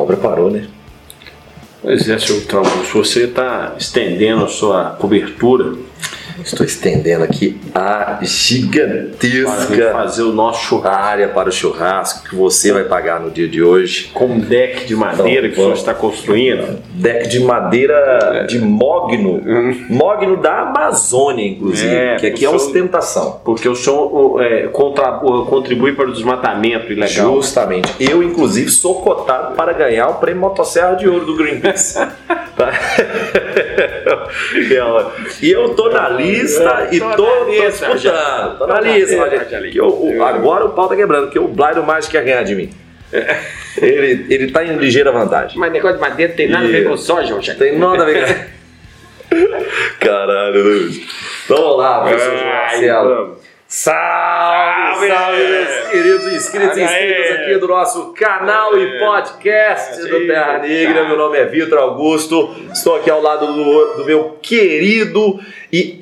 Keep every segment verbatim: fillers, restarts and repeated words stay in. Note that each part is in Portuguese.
obra parou, né? Pois é, senhor Augusto, você está estendendo a sua cobertura. Estou estendendo aqui a gigantesca para fazer o nosso churrasco. área para o churrasco que você vai pagar no dia de hoje. Com um deck de madeira então, que o senhor está construindo. Deck de madeira é. de mogno. Hum. Mogno da Amazônia, inclusive, é, que aqui é ostentação. Porque o senhor é, contra, contribui para o desmatamento ilegal. Justamente. Eu, inclusive, sou cotado para ganhar o prêmio Motosserra de Ouro do Greenpeace. Tá? E eu tô na lista e tô, tô disputando. Tô na lista, que eu, agora o pau tá quebrando, porque o Blay do Mágico quer ganhar de mim. Ele, ele tá em ligeira vantagem. Mas negócio de madeira tem nada e... a ver com soja, Jack. Tem nada a ver com. Caralho, então vamos lá, professor Marcelo. Salve, salve, salve meus queridos inscritos e inscritas aqui do nosso canal e podcast do Terra Negra. Meu nome é Vitor Augusto, estou aqui ao lado do, do meu querido e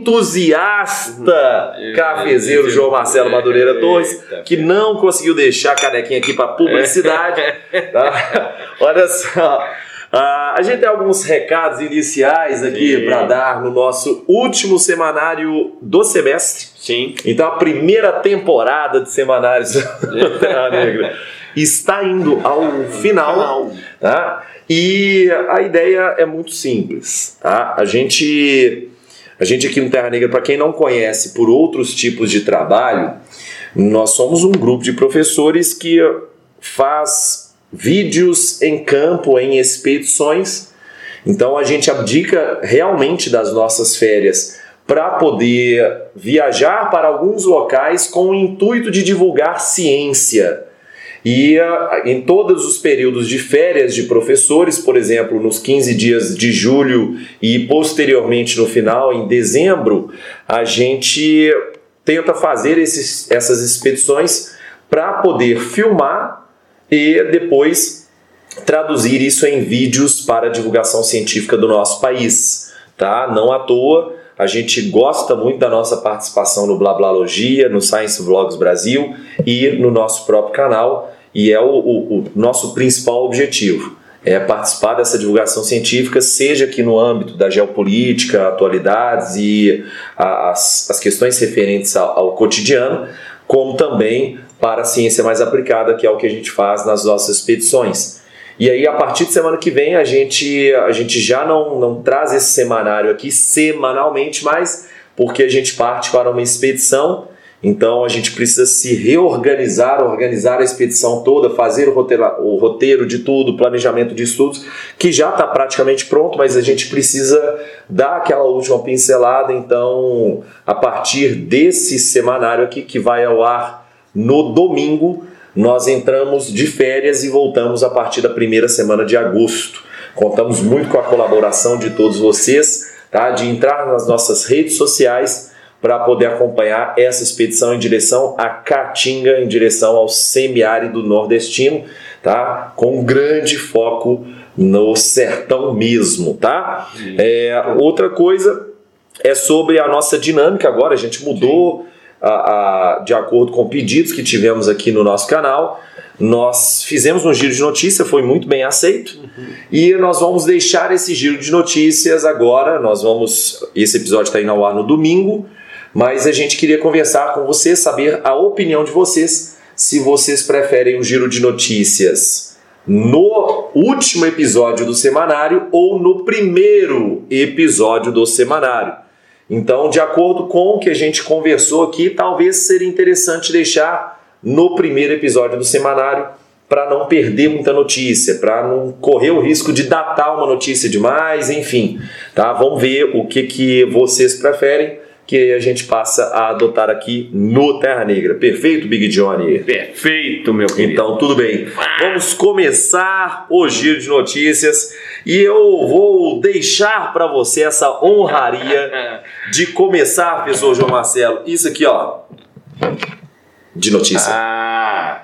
entusiasta cafezeiro João Marcelo Madureira Torres, que não conseguiu deixar a canequinha aqui para publicidade. Tá? Olha só. Uh, a gente tem alguns recados iniciais aqui para dar no nosso último semanário do semestre. Sim. Então a primeira temporada de semanários do Terra Negra está indo ao final, tá? E a ideia é muito simples, tá? A gente, a gente aqui no Terra Negra, para quem não conhece por outros tipos de trabalho, nós somos um grupo de professores que faz vídeos em campo, em expedições. Então a gente abdica realmente das nossas férias para poder viajar para alguns locais com o intuito de divulgar ciência. E em todos os períodos de férias de professores, por exemplo, nos quinze dias de julho e posteriormente no final, em dezembro, a gente tenta fazer esses, essas expedições para poder filmar e depois traduzir isso em vídeos para a divulgação científica do nosso país, tá? Não à toa, a gente gosta muito da nossa participação no Blablalogia, no Science Vlogs Brasil e no nosso próprio canal, e é o, o, o nosso principal objetivo, é participar dessa divulgação científica, seja aqui no âmbito da geopolítica, atualidades e as, as questões referentes ao, ao cotidiano, como também para a ciência mais aplicada, que é o que a gente faz nas nossas expedições. E aí, a partir de semana que vem, a gente, a gente já não, não traz esse semanário aqui semanalmente mais, porque a gente parte para uma expedição, então a gente precisa se reorganizar, organizar a expedição toda, fazer o roteiro, o roteiro de tudo, planejamento de estudos, que já está praticamente pronto, mas a gente precisa dar aquela última pincelada. Então, a partir desse semanário aqui, que vai ao ar no domingo, nós entramos de férias e voltamos a partir da primeira semana de agosto. Contamos muito com a colaboração de todos vocês, tá? De entrar nas nossas redes sociais para poder acompanhar essa expedição em direção à Caatinga, em direção ao semiárido nordestino, tá? Com um grande foco no sertão mesmo, tá? É, outra coisa é sobre a nossa dinâmica agora, a gente mudou... A, a, de acordo com pedidos que tivemos aqui no nosso canal, nós fizemos um giro de notícia, foi muito bem aceito, uhum. E nós vamos deixar esse giro de notícias agora. Nós vamos, esse episódio está indo ao ar no domingo, mas a gente queria conversar com vocês, saber a opinião de vocês, se vocês preferem um giro de notícias no último episódio do semanário ou no primeiro episódio do semanário. Então, de acordo com o que a gente conversou aqui, talvez seria interessante deixar no primeiro episódio do semanário para não perder muita notícia, para não correr o risco de datar uma notícia demais, enfim. Tá? Vamos ver o que, que vocês preferem, que a gente passa a adotar aqui no Terra Negra. Perfeito, Big Johnny? Perfeito, meu querido. Então, tudo bem. Vamos começar o giro de notícias e eu vou deixar para você essa honraria de começar, professor João Marcelo. Isso aqui, ó, de notícia. Ah,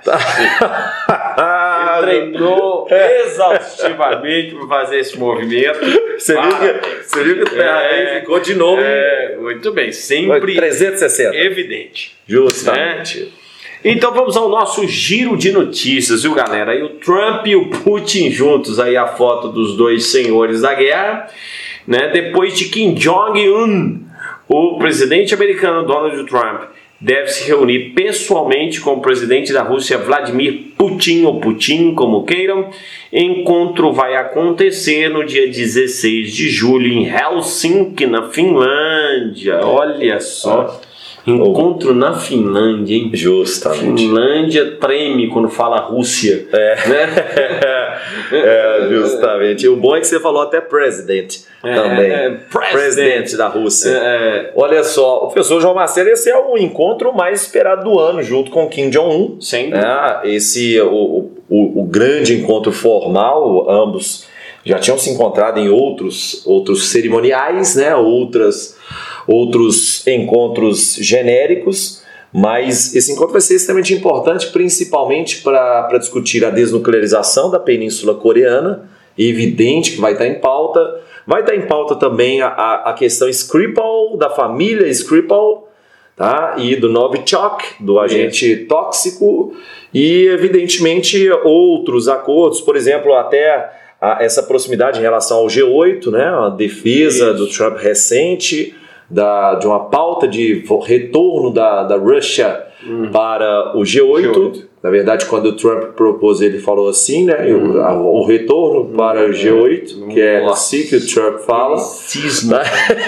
ele treinou exaustivamente para fazer esse movimento. Você viu que, você viu que o Terra Negra é, ficou de novo. É, muito bem, sempre trezentos e sessenta. Evidente. Justamente. Então vamos ao nosso giro de notícias, viu, galera? E o Trump e o Putin juntos, aí a foto dos dois senhores da guerra, né? Depois de Kim Jong-un, o presidente americano Donald Trump deve se reunir pessoalmente com o presidente da Rússia Vladimir Putin, ou Putin, como queiram. Encontro vai acontecer no dia dezesseis de julho em Helsinki, na Finlândia. Olha só. Encontro na Finlândia, hein? Justamente. Finlândia treme quando fala Rússia. É, né? é justamente. O bom é que você falou até president é, também. É, president. presidente da Rússia. É, Olha só, o professor João Marcelo, esse é o encontro mais esperado do ano, junto com Kim Jong-un. Sim. É, esse, o, o, o grande encontro formal, ambos já tinham se encontrado em outros, outros cerimoniais, né? Outras... outros encontros genéricos, mas esse encontro vai ser extremamente importante, principalmente para discutir a desnuclearização da Península Coreana. É evidente que vai estar em pauta. Vai estar em pauta também a, a questão Skripal, da família Skripal, tá? E do Novichok, do agente tóxico, e evidentemente outros acordos, por exemplo, até a, essa proximidade em relação ao G oito, né? A defesa Isso. do Trump recente, Da, de uma pauta de retorno da, da Rússia hum. para o G oito. G oito. Na verdade, quando o Trump propôs, ele falou assim, né? Hum. O, a, o retorno hum. para o G oito, hum. que é Nossa. assim que o Trump fala. Cisma.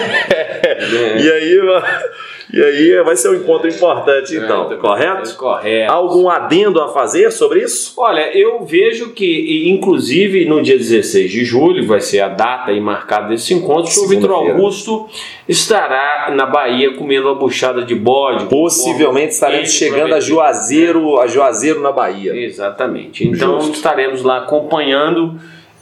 é. E aí... E aí vai ser um encontro importante, então, é, correto? Correto. Algum adendo a fazer sobre isso? Olha, eu vejo que, inclusive, no dia dezesseis de julho, vai ser a data aí marcada desse encontro, que o Vitor Augusto estará na Bahia comendo uma buchada de bode. Possivelmente estaremos chegando a Juazeiro, a Juazeiro na Bahia. Exatamente. Então Justo. estaremos lá acompanhando.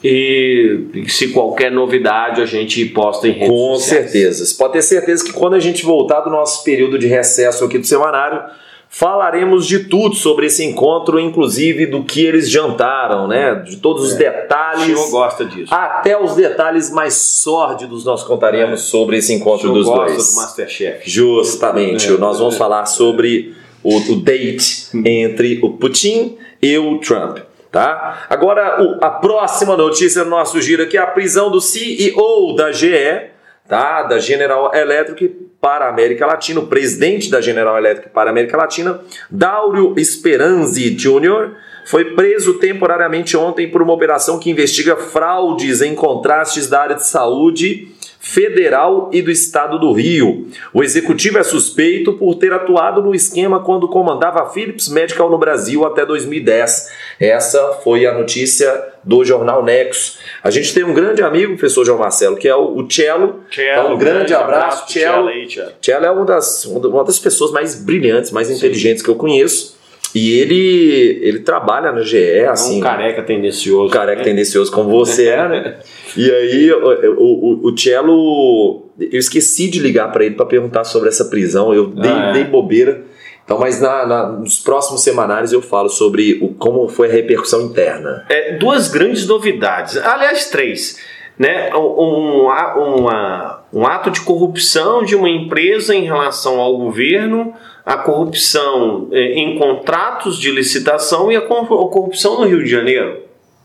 E se qualquer novidade a gente posta em redes Com sociais. certeza. Você pode ter certeza que quando a gente voltar do nosso período de recesso aqui do semanário, falaremos de tudo sobre esse encontro, inclusive do que eles jantaram, né? De todos os é. detalhes. O senhor gosta disso. Até os detalhes mais sórdidos nós contaremos é. sobre esse encontro dos dois. Gosta do Masterchef. Justamente. É. Nós vamos é. falar sobre o, o date hum. entre o Putin e o Trump. Tá? Agora, o, a próxima notícia do nosso giro aqui é a prisão do C E O da G E, tá? Da General Electric para a América Latina, o presidente da General Electric para a América Latina, Dauro Speranzi Júnior, foi preso temporariamente ontem por uma operação que investiga fraudes em contrastes da área de saúde federal e do estado do Rio. O executivo é suspeito por ter atuado no esquema quando comandava a Philips Medical no Brasil até dois mil e dez. Essa foi a notícia do jornal Nexo. A gente tem um grande amigo, professor João Marcelo, que é o Cello. Cello, um grande, grande abraço, abraço Cello. Cello é uma das, uma das pessoas mais brilhantes, mais Sim. inteligentes que eu conheço. E ele, ele trabalha na G E, assim... É um careca tendencioso. Um careca né? tendencioso como você é, né? E aí, o, o, o Cello... Eu esqueci de ligar para ele para perguntar sobre essa prisão. Eu dei, ah, é. dei bobeira. Então, mas na, na, nos próximos semanários eu falo sobre o, como foi a repercussão interna. É, duas grandes novidades. Aliás, três. Né? Um, um, uma, um ato de corrupção de uma empresa em relação ao governo... a corrupção em contratos de licitação e a corrupção no Rio de Janeiro.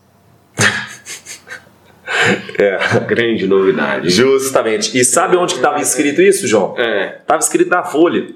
É. Grande novidade. Justamente. E sabe onde estava escrito isso, João? É. Estava escrito na Folha.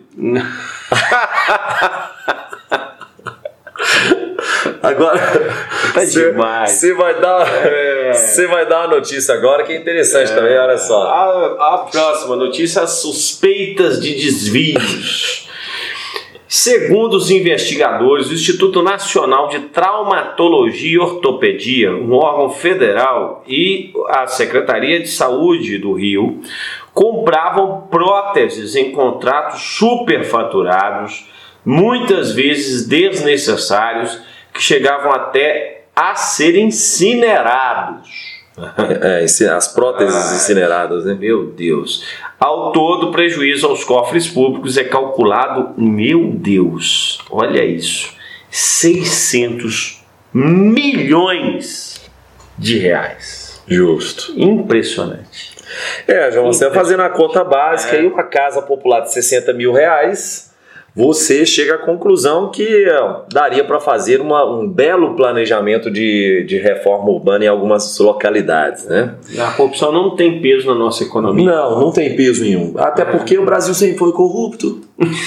Agora, tá demais. Você vai dar, você é. vai dar uma notícia agora que é interessante é. também, olha só. A, a próxima notícia: suspeitas de desvios. Segundo os investigadores, o Instituto Nacional de Traumatologia e Ortopedia, um órgão federal, e a Secretaria de Saúde do Rio compravam próteses em contratos superfaturados, muitas vezes desnecessários, que chegavam até a ser incinerados. É, as próteses ah, incineradas, né? Meu Deus. Ao todo, o prejuízo aos cofres públicos é calculado, meu Deus, olha isso, seiscentos milhões de reais. Justo. Impressionante. É, João, você fazendo a conta básica, é. aí uma casa popular de sessenta mil reais você chega à conclusão que daria para fazer uma, um belo planejamento de, de reforma urbana em algumas localidades, né? A corrupção não tem peso na nossa economia. Não, não tem peso nenhum. Até porque o Brasil sempre foi corrupto.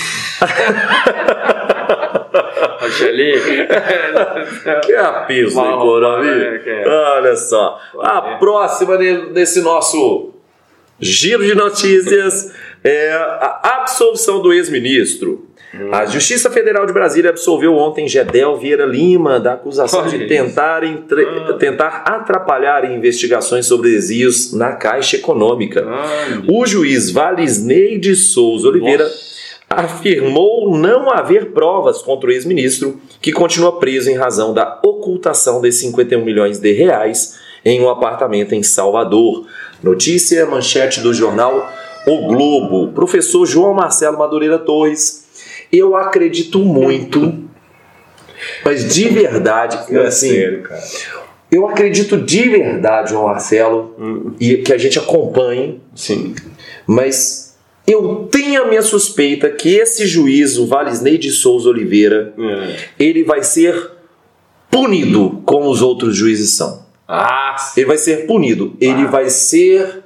Ali. Que é peso na economia. Olha só. A próxima desse nosso giro de notícias é a absolvição do ex-ministro. Hum. A Justiça Federal de Brasília absolveu ontem Gedel Vieira Lima da acusação Olha de tentar, entre... ah. tentar atrapalhar investigações sobre desvios na Caixa Econômica. Ah, o juiz Valisney de Souza Oliveira Nossa. afirmou não haver provas contra o ex-ministro, que continua preso em razão da ocultação de cinquenta e um milhões de reais em um apartamento em Salvador. Notícia, manchete do jornal O Globo. Professor João Marcelo Madureira Torres, eu acredito muito, mas de verdade, é assim, sério, cara. eu acredito de verdade, João Marcelo, hum. e que a gente acompanhe, sim, mas eu tenho a minha suspeita que esse juiz, o Valisney de Souza Oliveira, hum. ele vai ser punido como os outros juízes são. Ah, ele vai ser punido. Ah. Ele vai ser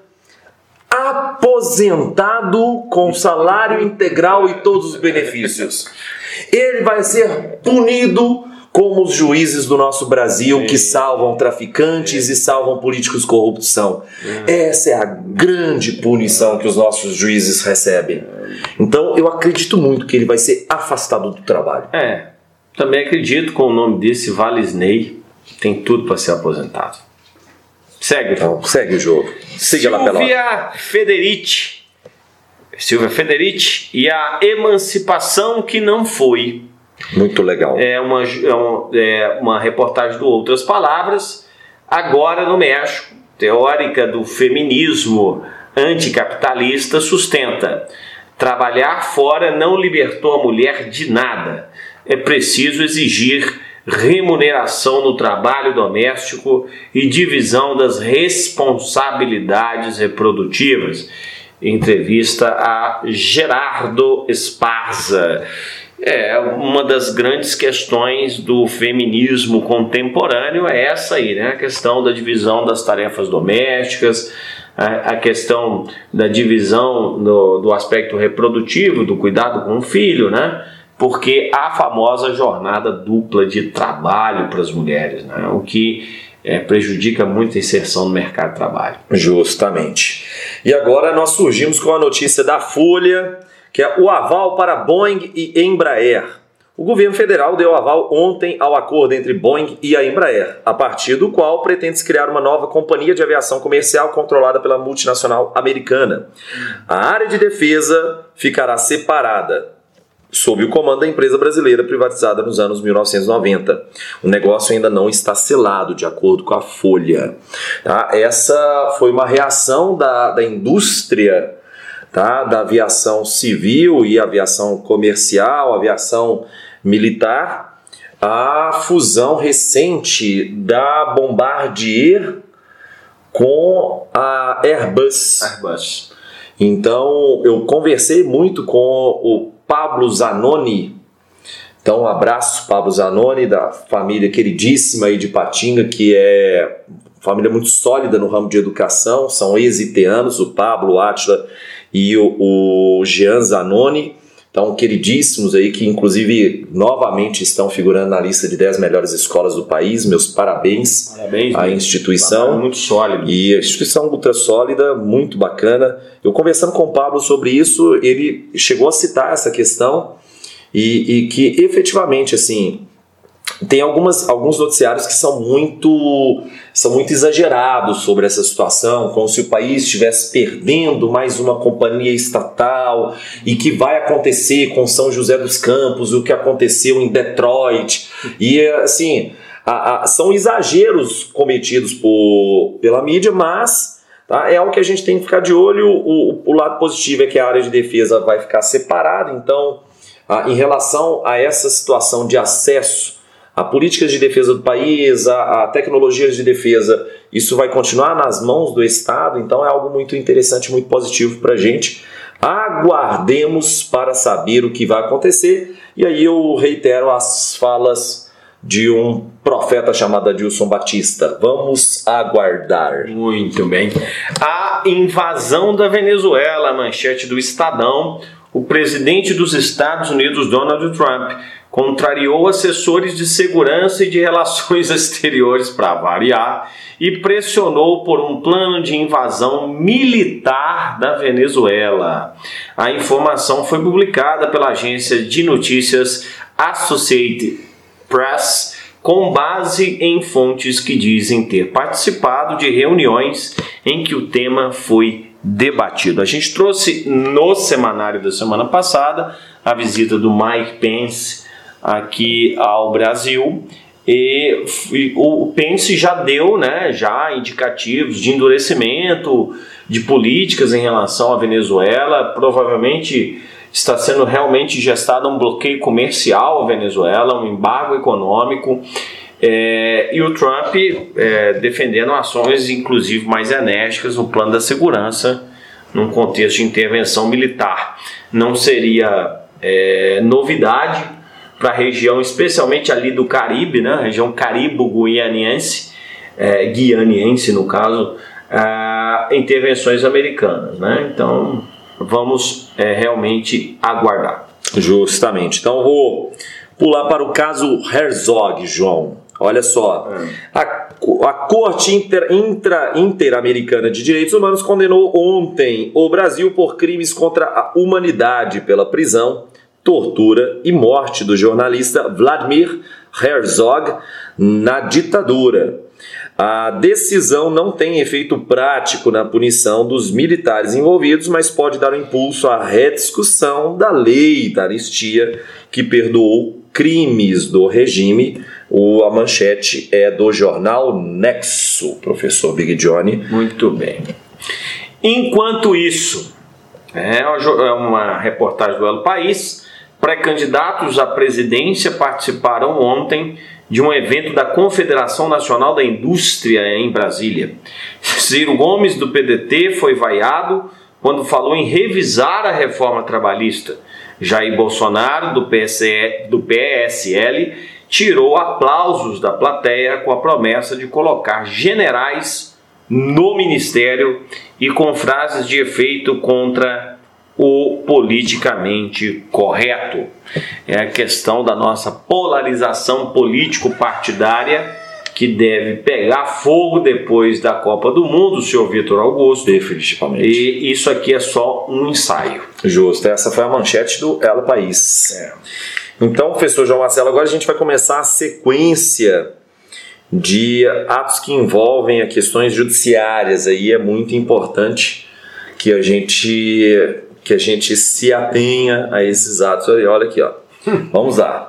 aposentado com salário integral e todos os benefícios. Ele vai ser punido como os juízes do nosso Brasil Sim. que salvam traficantes Sim. e salvam políticos corrupção. Sim. Essa é a grande punição que os nossos juízes recebem. Então eu acredito muito que ele vai ser afastado do trabalho. É, também acredito com o nome desse Valisney, tem tudo para ser aposentado. Segue, então, segue o jogo. Siga lá pela Silvia Federici. Silvia Federici e a emancipação que não foi. Muito legal. É uma, é uma, é uma reportagem do Outras Palavras. Agora no México, teórica do feminismo anticapitalista sustenta: trabalhar fora não libertou a mulher de nada. É preciso exigir remuneração no trabalho doméstico e divisão das responsabilidades reprodutivas. Entrevista a Gerardo Esparza. É, uma das grandes questões do feminismo contemporâneo é essa aí, né? A questão da divisão das tarefas domésticas, a, a questão da divisão do, do aspecto reprodutivo, do cuidado com o filho, né? Porque a famosa jornada dupla de trabalho para as mulheres, né? O que é, prejudica muito a inserção no mercado de trabalho. Justamente. E agora nós surgimos com a notícia da Folha, que é o aval para Boeing e Embraer. O governo federal deu aval ontem ao acordo entre Boeing e a Embraer, a partir do qual pretende-se criar uma nova companhia de aviação comercial controlada pela multinacional americana. A área de defesa ficará separada, sob o comando da empresa brasileira privatizada nos anos mil novecentos e noventa. O negócio ainda não está selado, de acordo com a Folha. Tá? Essa foi uma reação da, da indústria, tá? Da aviação civil e aviação comercial, aviação militar, à fusão recente da Bombardier com a Airbus. Airbus. Então, eu conversei muito com o Pablo Zanoni. Então, um abraço, Pablo Zanoni, da família queridíssima aí de Patinga, que é família muito sólida no ramo de educação, são ex-iteanos, o Pablo, o Átila e o, o Jean Zanoni, então queridíssimos aí, que inclusive novamente estão figurando na lista de dez melhores escolas do país. Meus parabéns, parabéns à instituição. Muito sólida. E a instituição ultra sólida, muito bacana. Eu conversando com o Pablo sobre isso, ele chegou a citar essa questão e, e que efetivamente, assim, tem algumas, alguns noticiários que são muito, são muito exagerados sobre essa situação, como se o país estivesse perdendo mais uma companhia estatal e que vai acontecer com São José dos Campos, o que aconteceu em Detroit. E, assim, a, a, são exageros cometidos por, pela mídia, mas tá, é algo que a gente tem que ficar de olho. O, o lado positivo é que a área de defesa vai ficar separada, então, a, em relação a essa situação de acesso a políticas de defesa do país, a, a tecnologias de defesa, isso vai continuar nas mãos do Estado, então é algo muito interessante, muito positivo para a gente. Aguardemos para saber o que vai acontecer. E aí eu reitero as falas de um profeta chamado Adilson Batista. Vamos aguardar. Muito bem. A invasão da Venezuela, manchete do Estadão. O presidente dos Estados Unidos, Donald Trump, contrariou assessores de segurança e de relações exteriores, para variar, e pressionou por um plano de invasão militar da Venezuela. A informação foi publicada pela agência de notícias Associated Press, com base em fontes que dizem ter participado de reuniões em que o tema foi debatido. A gente trouxe no semanário da semana passada a visita do Mike Pence aqui ao Brasil, e o Pence já deu, né, já indicativos de endurecimento de políticas em relação à Venezuela. Provavelmente está sendo realmente gestado um bloqueio comercial à Venezuela, um embargo econômico, é, e o Trump é, defendendo ações inclusive mais enérgicas no plano da segurança num contexto de intervenção militar. Não seria é, novidade para a região, especialmente ali do Caribe, né, região caribo-guianiense, é, guianiense no caso, é, intervenções americanas, né? Então vamos é, realmente aguardar. Justamente. Então vou pular para o caso Herzog, João. Olha só, é. a, a Corte Inter, Intra, Interamericana de Direitos Humanos condenou ontem o Brasil por crimes contra a humanidade pela prisão, tortura e morte do jornalista Vladimir Herzog na ditadura. A decisão não tem efeito prático na punição dos militares envolvidos, mas pode dar um impulso à rediscussão da lei da anistia que perdoou crimes do regime. O, a manchete é do jornal Nexo, professor Big Johnny. Muito bem. Enquanto isso, é uma reportagem do El País. Pré-candidatos à presidência participaram ontem de um evento da Confederação Nacional da Indústria em Brasília. Ciro Gomes, do P D T, foi vaiado quando falou em revisar a reforma trabalhista. Jair Bolsonaro, do P S L, tirou aplausos da plateia com a promessa de colocar generais no ministério e com frases de efeito contra o politicamente correto. É a questão da nossa polarização político-partidária que deve pegar fogo depois da Copa do Mundo, senhor Vitor Augusto. Definitivamente. E isso aqui é só um ensaio. Justo. Essa foi a manchete do El País. É. Então, professor João Marcelo, agora a gente vai começar a sequência de atos que envolvem a questões judiciárias. Aí é muito importante que a gente... que a gente se atenha a esses atos. Olha aqui, ó. Vamos lá.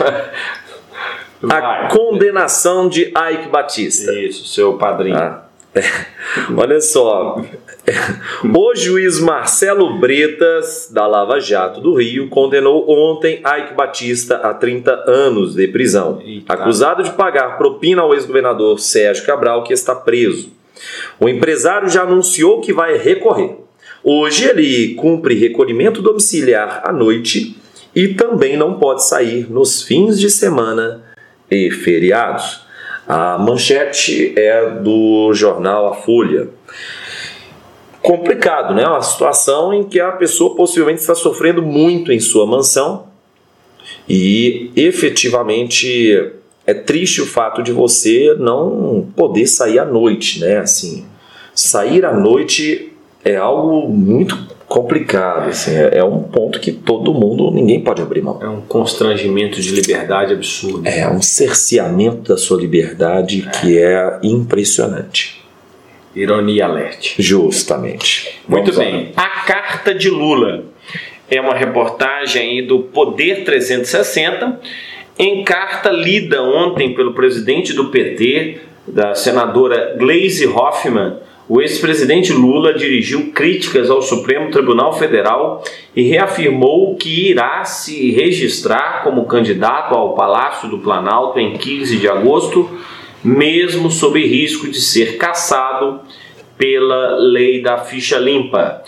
A condenação de Ike Batista. Isso, seu padrinho. Ah. Olha só. O juiz Marcelo Bretas, da Lava Jato do Rio, condenou ontem Ike Batista a trinta anos de prisão, Eita. acusado de pagar propina ao ex-governador Sérgio Cabral, que está preso. O empresário já anunciou que vai recorrer. Hoje ele cumpre recolhimento domiciliar à noite e também não pode sair nos fins de semana e feriados. A manchete é do jornal A Folha. Complicado, né? Uma situação em que a pessoa possivelmente está sofrendo muito em sua mansão e efetivamente é triste o fato de você não poder sair à noite, né? Assim, sair à noite é algo muito complicado, assim, é, é um ponto que todo mundo, ninguém pode abrir mão. É um constrangimento de liberdade absurdo. É um cerceamento da sua liberdade é. que é impressionante. Ironia alerte. Justamente. Muito bem. A carta de Lula é uma reportagem aí do Poder trezentos e sessenta, em carta lida ontem pelo presidente do P T, da senadora Gleisi Hoffmann. O ex-presidente Lula dirigiu críticas ao Supremo Tribunal Federal e reafirmou que irá se registrar como candidato ao Palácio do Planalto em quinze de agosto, mesmo sob risco de ser cassado pela lei da ficha limpa.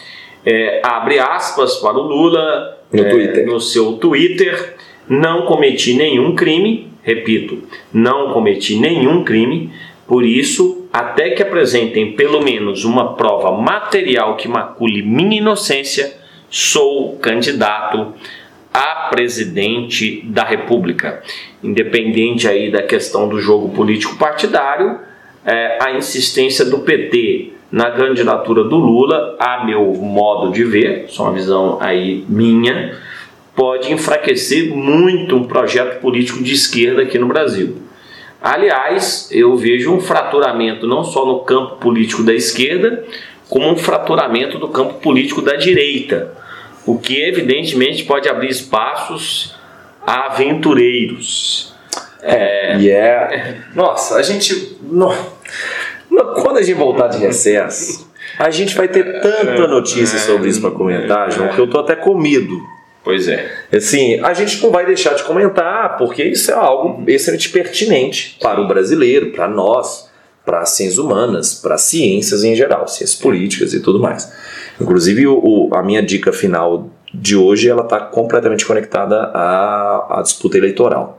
É, abre aspas para o Lula no, é, Twitter. no seu Twitter: não cometi nenhum crime, repito, não cometi nenhum crime, por isso, até que apresentem pelo menos uma prova material que macule minha inocência, sou candidato a presidente da República. Independente aí da questão do jogo político partidário, é, a insistência do P T na candidatura do Lula, a meu modo de ver, só uma visão aí minha, pode enfraquecer muito um projeto político de esquerda aqui no Brasil. Aliás, eu vejo um fraturamento não só no campo político da esquerda, como um fraturamento do campo político da direita, o que evidentemente pode abrir espaços a aventureiros. É, e é... Nossa, a gente... No... Quando a gente voltar de recesso, a gente vai ter tanta notícia sobre isso para comentar, João, que eu tô até comido. Pois é. Assim, a gente não vai deixar de comentar, porque isso é algo extremamente pertinente para o brasileiro, para nós, para as ciências humanas, para as ciências em geral, ciências políticas e tudo mais. Inclusive, o, o, a minha dica final de hoje, ela está completamente conectada à, à disputa eleitoral.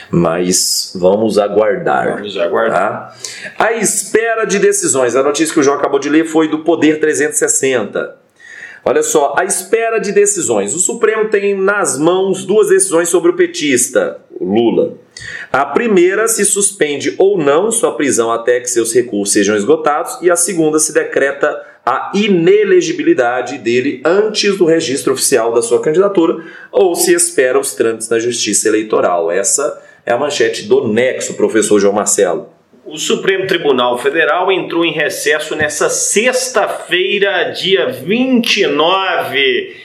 Mas vamos aguardar. Vamos aguardar. Tá? A espera de decisões. A notícia que o João acabou de ler foi do Poder trezentos e sessenta. Olha só, a espera de decisões. O Supremo tem nas mãos duas decisões sobre o petista, o Lula. A primeira se suspende ou não sua prisão até que seus recursos sejam esgotados, e a segunda se decreta a inelegibilidade dele antes do registro oficial da sua candidatura, ou se espera os trâmites na Justiça Eleitoral. Essa é a manchete do Nexo, professor João Marcelo. O Supremo Tribunal Federal entrou em recesso nessa sexta-feira, dia vinte e nove.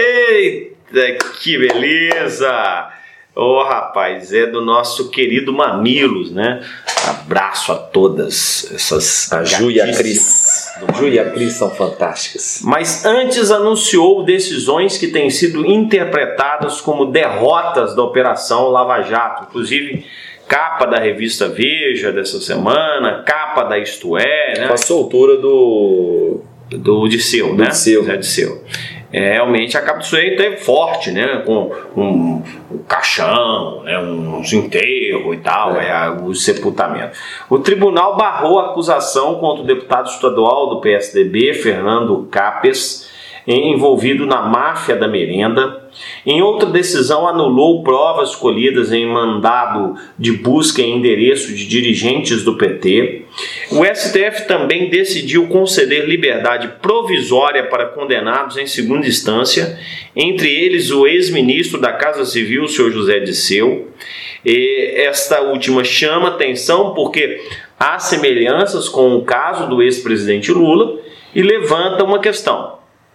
Eita, que beleza! Ô, oh, rapaz, é do nosso querido Mamilos, né? Abraço a todas essas... A Ju e a Cris. Ju e a Cris são fantásticas. Mas antes anunciou decisões que têm sido interpretadas como derrotas da Operação Lava Jato. Inclusive, capa da revista Veja dessa semana, capa da Isto É, né? Passou a altura do... Do Disseu, do né? Disseu. Zé Disseu. É, realmente a capa do sujeito é forte, né? Com um, um caixão, né? uns enterros e tal, é. É, o sepultamento. O tribunal barrou a acusação contra o deputado estadual do P S D B, Fernando Capes, envolvido na máfia da merenda. Em outra decisão, anulou provas colhidas em mandado de busca em endereço de dirigentes do P T. O S T F também decidiu conceder liberdade provisória para condenados em segunda instância, entre eles o ex-ministro da Casa Civil, o senhor José Disseu. E esta última chama atenção porque há semelhanças com o caso do ex-presidente Lula e levanta uma questão.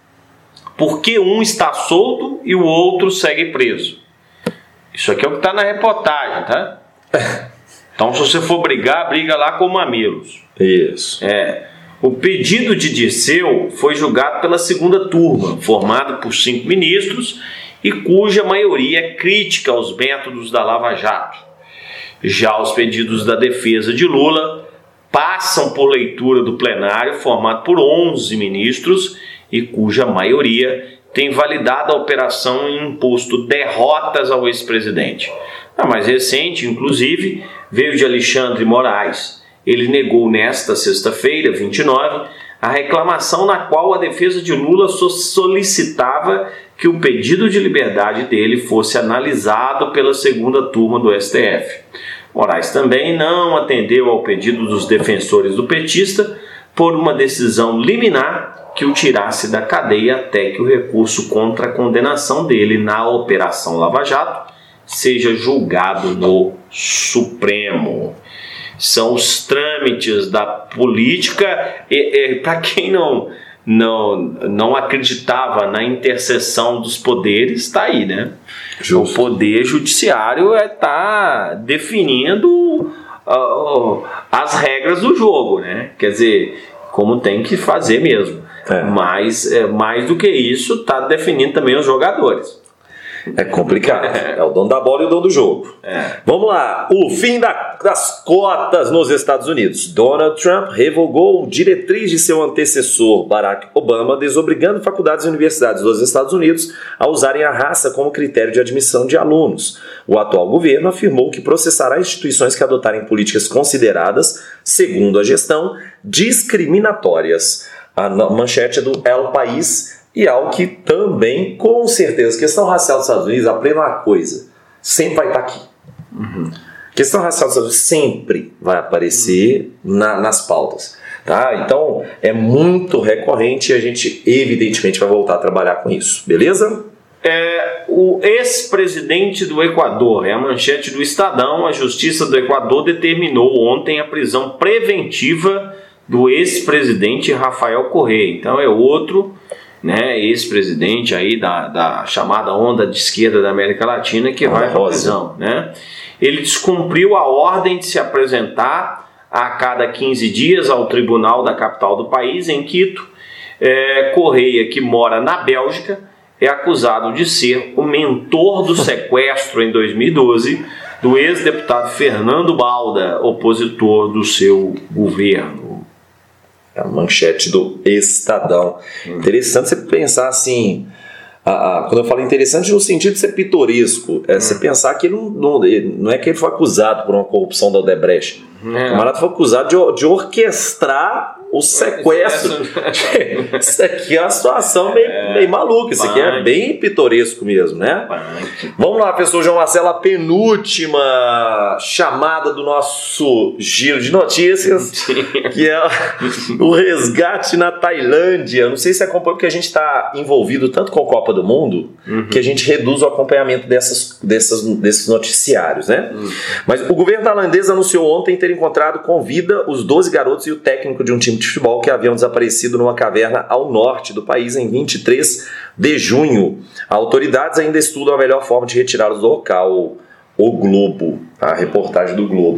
Por que um está solto e o outro segue preso? Isso aqui é o que está na reportagem, tá? Então, se você for brigar, briga lá com o Mamilos. Isso. É. O pedido de Disseu foi julgado pela segunda turma, formada por cinco ministros e cuja maioria é crítica aos métodos da Lava Jato. Já os pedidos da defesa de Lula passam por leitura do plenário, formado por onze ministros, e cuja maioria tem validado a operação e imposto derrotas ao ex-presidente. A mais recente, inclusive, veio de Alexandre Moraes. Ele negou nesta sexta-feira, vinte e nove, a reclamação na qual a defesa de Lula solicitava que o pedido de liberdade dele fosse analisado pela segunda turma do S T F. Moraes também não atendeu ao pedido dos defensores do petista por uma decisão liminar que o tirasse da cadeia até que o recurso contra a condenação dele na Operação Lava Jato seja julgado no Supremo. São os trâmites da política e, e para quem não, não, não acreditava na interseção dos poderes, está aí, né? Justo. O poder judiciário está definindo uh, as regras do jogo, né? Quer dizer, como tem que fazer mesmo. É. Mas é, mais do que isso, está definindo também os jogadores. É complicado. É o dono da bola e o dono do jogo. É. Vamos lá. O fim da, das cotas nos Estados Unidos. Donald Trump revogou diretriz de seu antecessor, Barack Obama, desobrigando faculdades e universidades dos Estados Unidos a usarem a raça como critério de admissão de alunos. O atual governo afirmou que processará instituições que adotarem políticas consideradas, segundo a gestão, discriminatórias. A manchete é do El País. E algo que também, com certeza, questão racial dos Estados Unidos, aprenda uma coisa, sempre vai estar aqui. Uhum. Questão racial dos Estados Unidos sempre vai aparecer uhum. na, nas pautas. Tá? Então, é muito recorrente e a gente, evidentemente, vai voltar a trabalhar com isso. Beleza? É, o ex-presidente do Equador, é a manchete do Estadão, a Justiça do Equador determinou ontem a prisão preventiva do ex-presidente Rafael Correa. Então, é outro... Né, ex-presidente aí da, da chamada onda de esquerda da América Latina que vai para a prisão, né? Ele descumpriu a ordem de se apresentar a cada quinze dias ao tribunal da capital do país, em Quito. É, Correia, que mora na Bélgica, é acusado de ser o mentor do sequestro em dois mil e doze do ex-deputado Fernando Balda, opositor do seu governo. A manchete do Estadão. Hum. Interessante você pensar assim, a, a, quando eu falo interessante no sentido de ser pitoresco, é hum. você pensar que ele não, não, ele, não é que ele foi acusado por uma corrupção da Odebrecht. Hum. O camarada foi acusado de, de orquestrar o sequestro. Isso aqui é uma situação meio, é, meio maluca. Isso aqui é bem pitoresco mesmo, né? Punk. Vamos lá, professor João Marcelo, a penúltima chamada do nosso giro de notícias, que é o resgate na Tailândia. Não sei se acompanha, porque a gente está envolvido tanto com a Copa do Mundo, uhum. que a gente reduz o acompanhamento dessas, dessas, desses noticiários, né? Uhum. Mas o governo tailandês anunciou ontem ter encontrado com vida os doze garotos e o técnico de um time de futebol que haviam desaparecido numa caverna ao norte do país em vinte e três de junho. Autoridades ainda estudam a melhor forma de retirá-los do local. O Globo, a reportagem do Globo.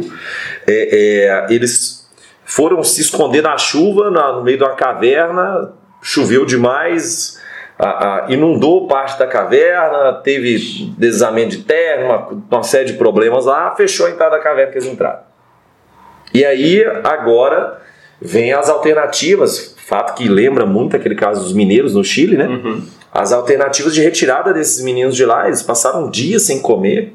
É, é, eles foram se esconder na chuva, na, no meio de uma caverna, choveu demais, a, a, inundou parte da caverna, teve deslizamento de terra, uma, uma série de problemas lá, fechou a entrada da caverna que eles entraram. E aí, agora... vem as alternativas, fato que lembra muito aquele caso dos mineiros no Chile, né? Uhum. As alternativas de retirada desses meninos de lá, eles passaram dias sem comer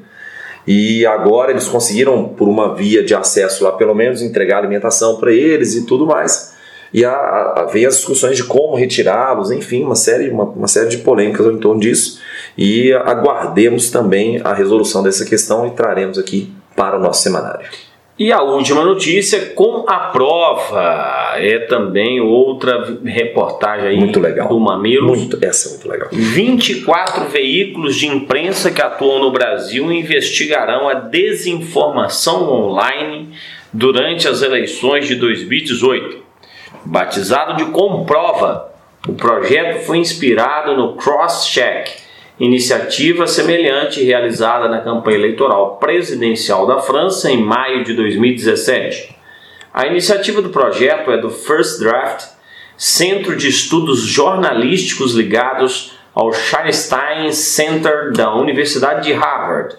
e agora eles conseguiram, por uma via de acesso lá, pelo menos entregar alimentação para eles e tudo mais. E a, a, vem as discussões de como retirá-los, enfim, uma série, uma, uma série de polêmicas em torno disso. E aguardemos também a resolução dessa questão e traremos aqui para o nosso semanário. E a última notícia, com a prova, é também outra reportagem aí muito legal. Do Mamilos. Muito, essa é muito legal. vinte e quatro veículos de imprensa que atuam no Brasil investigarão a desinformação online durante as eleições de dois mil e dezoito. Batizado de Comprova, o projeto foi inspirado no Crosscheck, iniciativa semelhante realizada na campanha eleitoral presidencial da França em maio de dois mil e dezessete. A iniciativa do projeto é do First Draft, centro de estudos jornalísticos ligados ao Scheinstein Center da Universidade de Harvard.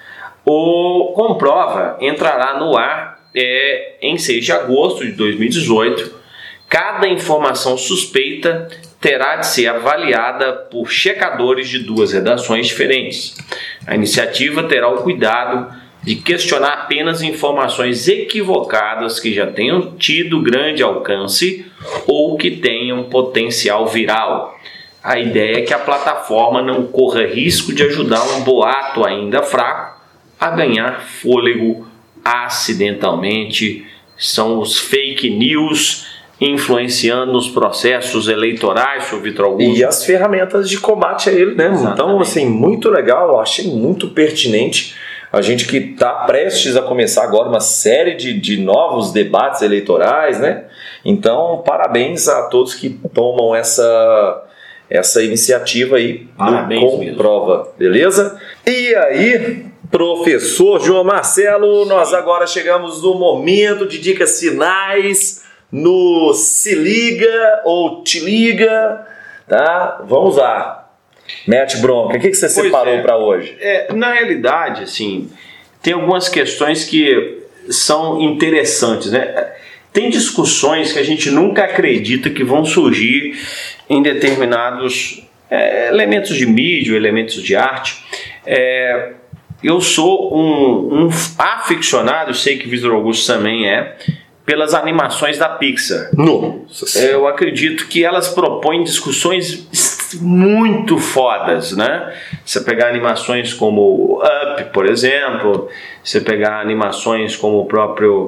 O Comprova entrará no ar é, em seis de agosto de dois mil e dezoito. Cada informação suspeita terá de ser avaliada por checadores de duas redações diferentes. A iniciativa terá o cuidado de questionar apenas informações equivocadas que já tenham tido grande alcance ou que tenham potencial viral. A ideia é que a plataforma não corra risco de ajudar um boato ainda fraco a ganhar fôlego acidentalmente. São os fake news influenciando nos processos eleitorais, senhor Vitor Augusto. E as ferramentas de combate a ele, né? Exatamente. Então, assim, muito legal, eu achei muito pertinente. A gente que está prestes a começar agora uma série de, de novos debates eleitorais, né? Então, parabéns a todos que tomam essa, essa iniciativa aí parabéns do Comprova, mesmo. Beleza? E aí, professor João Marcelo, nós agora chegamos no momento de dicas finais no Se Liga ou Te Liga, tá? Vamos lá. Mete bronca. O que, que você Pois separou é. para hoje? É, na realidade, assim, tem algumas questões que são interessantes, né? Tem discussões que a gente nunca acredita que vão surgir em determinados é, elementos de mídia, elementos de arte. É, eu sou um, um aficionado, sei que Vitor Augusto também é, pelas animações da Pixar. Nossa. Eu acredito que elas propõem discussões muito fodas, né? Você pegar animações como Up, por exemplo, você pegar animações como o próprio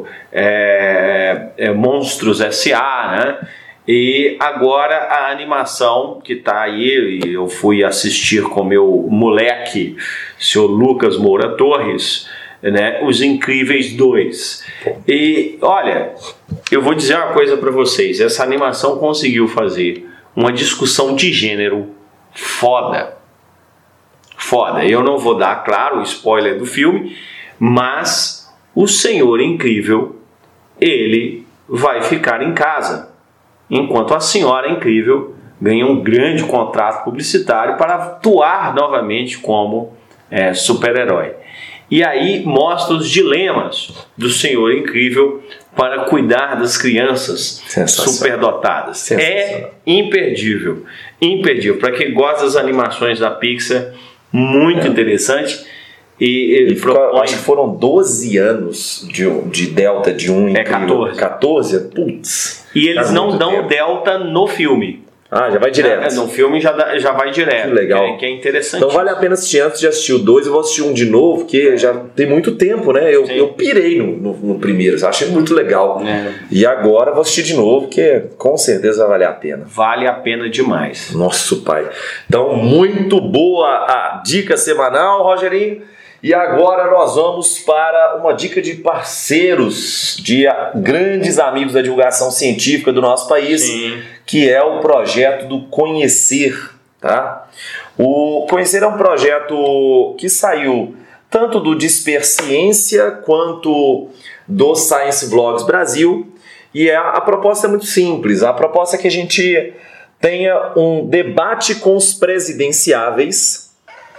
é, é, Monstros S A, né? E agora a animação que está aí, e eu fui assistir com meu moleque, seu Lucas Moura Torres, né? Os Incríveis dois. E olha, eu vou dizer uma coisa para vocês, essa animação conseguiu fazer uma discussão de gênero foda. Foda. Eu não vou dar, claro, o spoiler do filme, mas o Senhor Incrível, ele vai ficar em casa, enquanto a Senhora Incrível ganha um grande contrato publicitário para atuar novamente como é, super-herói. E aí mostra os dilemas do Senhor Incrível para cuidar das crianças superdotadas. É imperdível, imperdível. Para quem gosta das animações da Pixar, muito é. interessante. E, e propõe... Acho que foram doze anos de, de delta de um é catorze. catorze? Putz. E eles não dão tempo. delta no filme. Ah, já vai direto. É, no filme já, dá, já vai direto. Que legal. Que é, que é interessante. Então vale a pena assistir. Antes de assistir o dois, eu vou assistir um de novo, porque já tem muito tempo, né? Eu, eu pirei no, no, no primeiro, eu achei muito legal. É. E agora vou assistir de novo, que com certeza vai valer a pena. Vale a pena demais. Nosso pai. Então, muito boa a dica semanal, Rogerinho. E agora nós vamos para uma dica de parceiros, de grandes amigos da divulgação científica do nosso país, Sim. que é o projeto do Conhecer. Tá? O Conhecer é um projeto que saiu tanto do Disperciência quanto do Science Vlogs Brasil, e a, a proposta é muito simples. A proposta é que a gente tenha um debate com os presidenciáveis,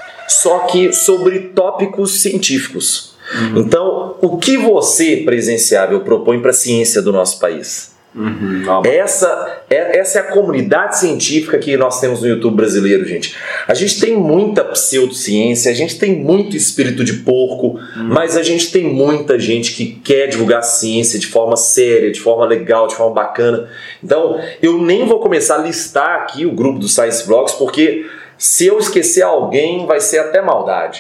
só que sobre tópicos científicos. Uhum. Então, o que você, presidenciável, propõe para a ciência do nosso país? Uhum. Essa, é, essa é a comunidade científica que nós temos no YouTube brasileiro, gente. A gente tem muita pseudociência, a gente tem muito espírito de porco, uhum. mas a gente tem muita gente que quer divulgar ciência de forma séria, de forma legal, de forma bacana. Então, eu nem vou começar a listar aqui o grupo do Science Vlogs, porque se eu esquecer alguém, vai ser até maldade.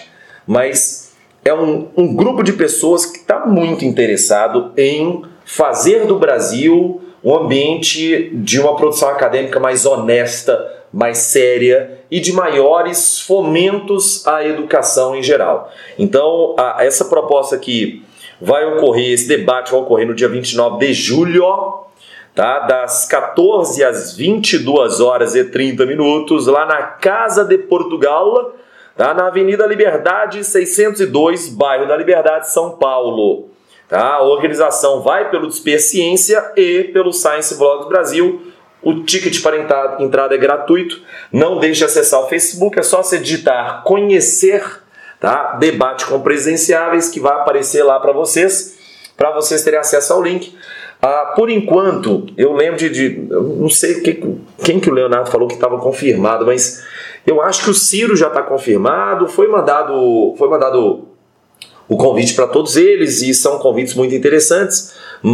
Mas é um, um grupo de pessoas que está muito interessado em fazer do Brasil um ambiente de uma produção acadêmica mais honesta, mais séria e de maiores fomentos à educação em geral. Então, a, essa proposta aqui vai ocorrer, esse debate vai ocorrer no dia vinte e nove de julho, tá? Das quatorze às vinte e duas horas e trinta minutos, lá na Casa de Portugal, tá? Na Avenida Liberdade seiscentos e dois, bairro da Liberdade, São Paulo. Tá? A organização vai pelo Disperciência e pelo Science Vlogs Brasil. O ticket para entrada é gratuito. Não deixe de acessar o Facebook, é só você digitar Conhecer, tá? Debate com presidenciáveis, que vai aparecer lá para vocês, para vocês terem acesso ao link. Ah, por enquanto, eu lembro de, de eu não sei que, quem que o Leonardo falou que estava confirmado, mas eu acho que o Ciro já está confirmado, foi mandado, foi mandado o convite para todos eles, e são convites muito interessantes,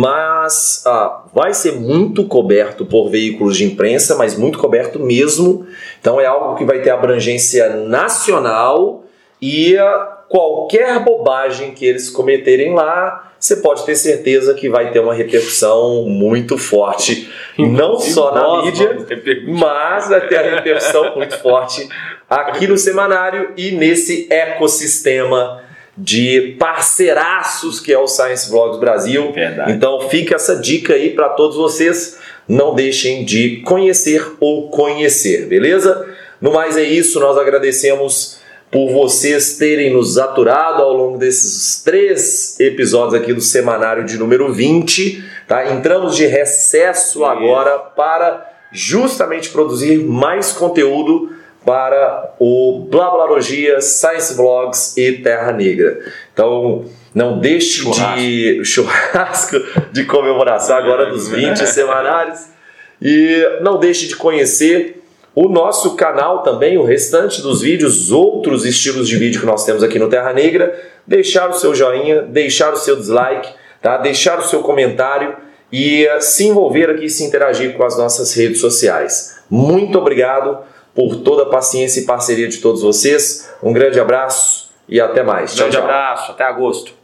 mas ah, vai ser muito coberto por veículos de imprensa, mas muito coberto mesmo. Então é algo que vai ter abrangência nacional, e ah, qualquer bobagem que eles cometerem lá, você pode ter certeza que vai ter uma repercussão muito forte, não só na mídia, mas vai ter a repercussão muito forte aqui no semanário e nesse ecossistema de parceiraços que é o Science Vlogs Brasil. Verdade. Então fica essa dica aí para todos vocês, não deixem de conhecer ou conhecer, beleza? No mais é isso, nós agradecemos por vocês terem nos aturado ao longo desses três episódios aqui do semanário de número vinte, tá? Entramos de recesso agora para justamente produzir mais conteúdo para o Blablalogia, Science Vlogs e Terra Negra. Então, não deixe churrasco. de churrasco de comemoração agora dos vinte semanários. E não deixe de conhecer o nosso canal também, o restante dos vídeos, outros estilos de vídeo que nós temos aqui no Terra Negra. Deixar o seu joinha, deixar o seu dislike, tá? Deixar o seu comentário e uh, se envolver aqui, se interagir com as nossas redes sociais. Muito obrigado por toda a paciência e parceria de todos vocês. Um grande abraço e até mais. Um grande tchau, tchau. abraço, até agosto.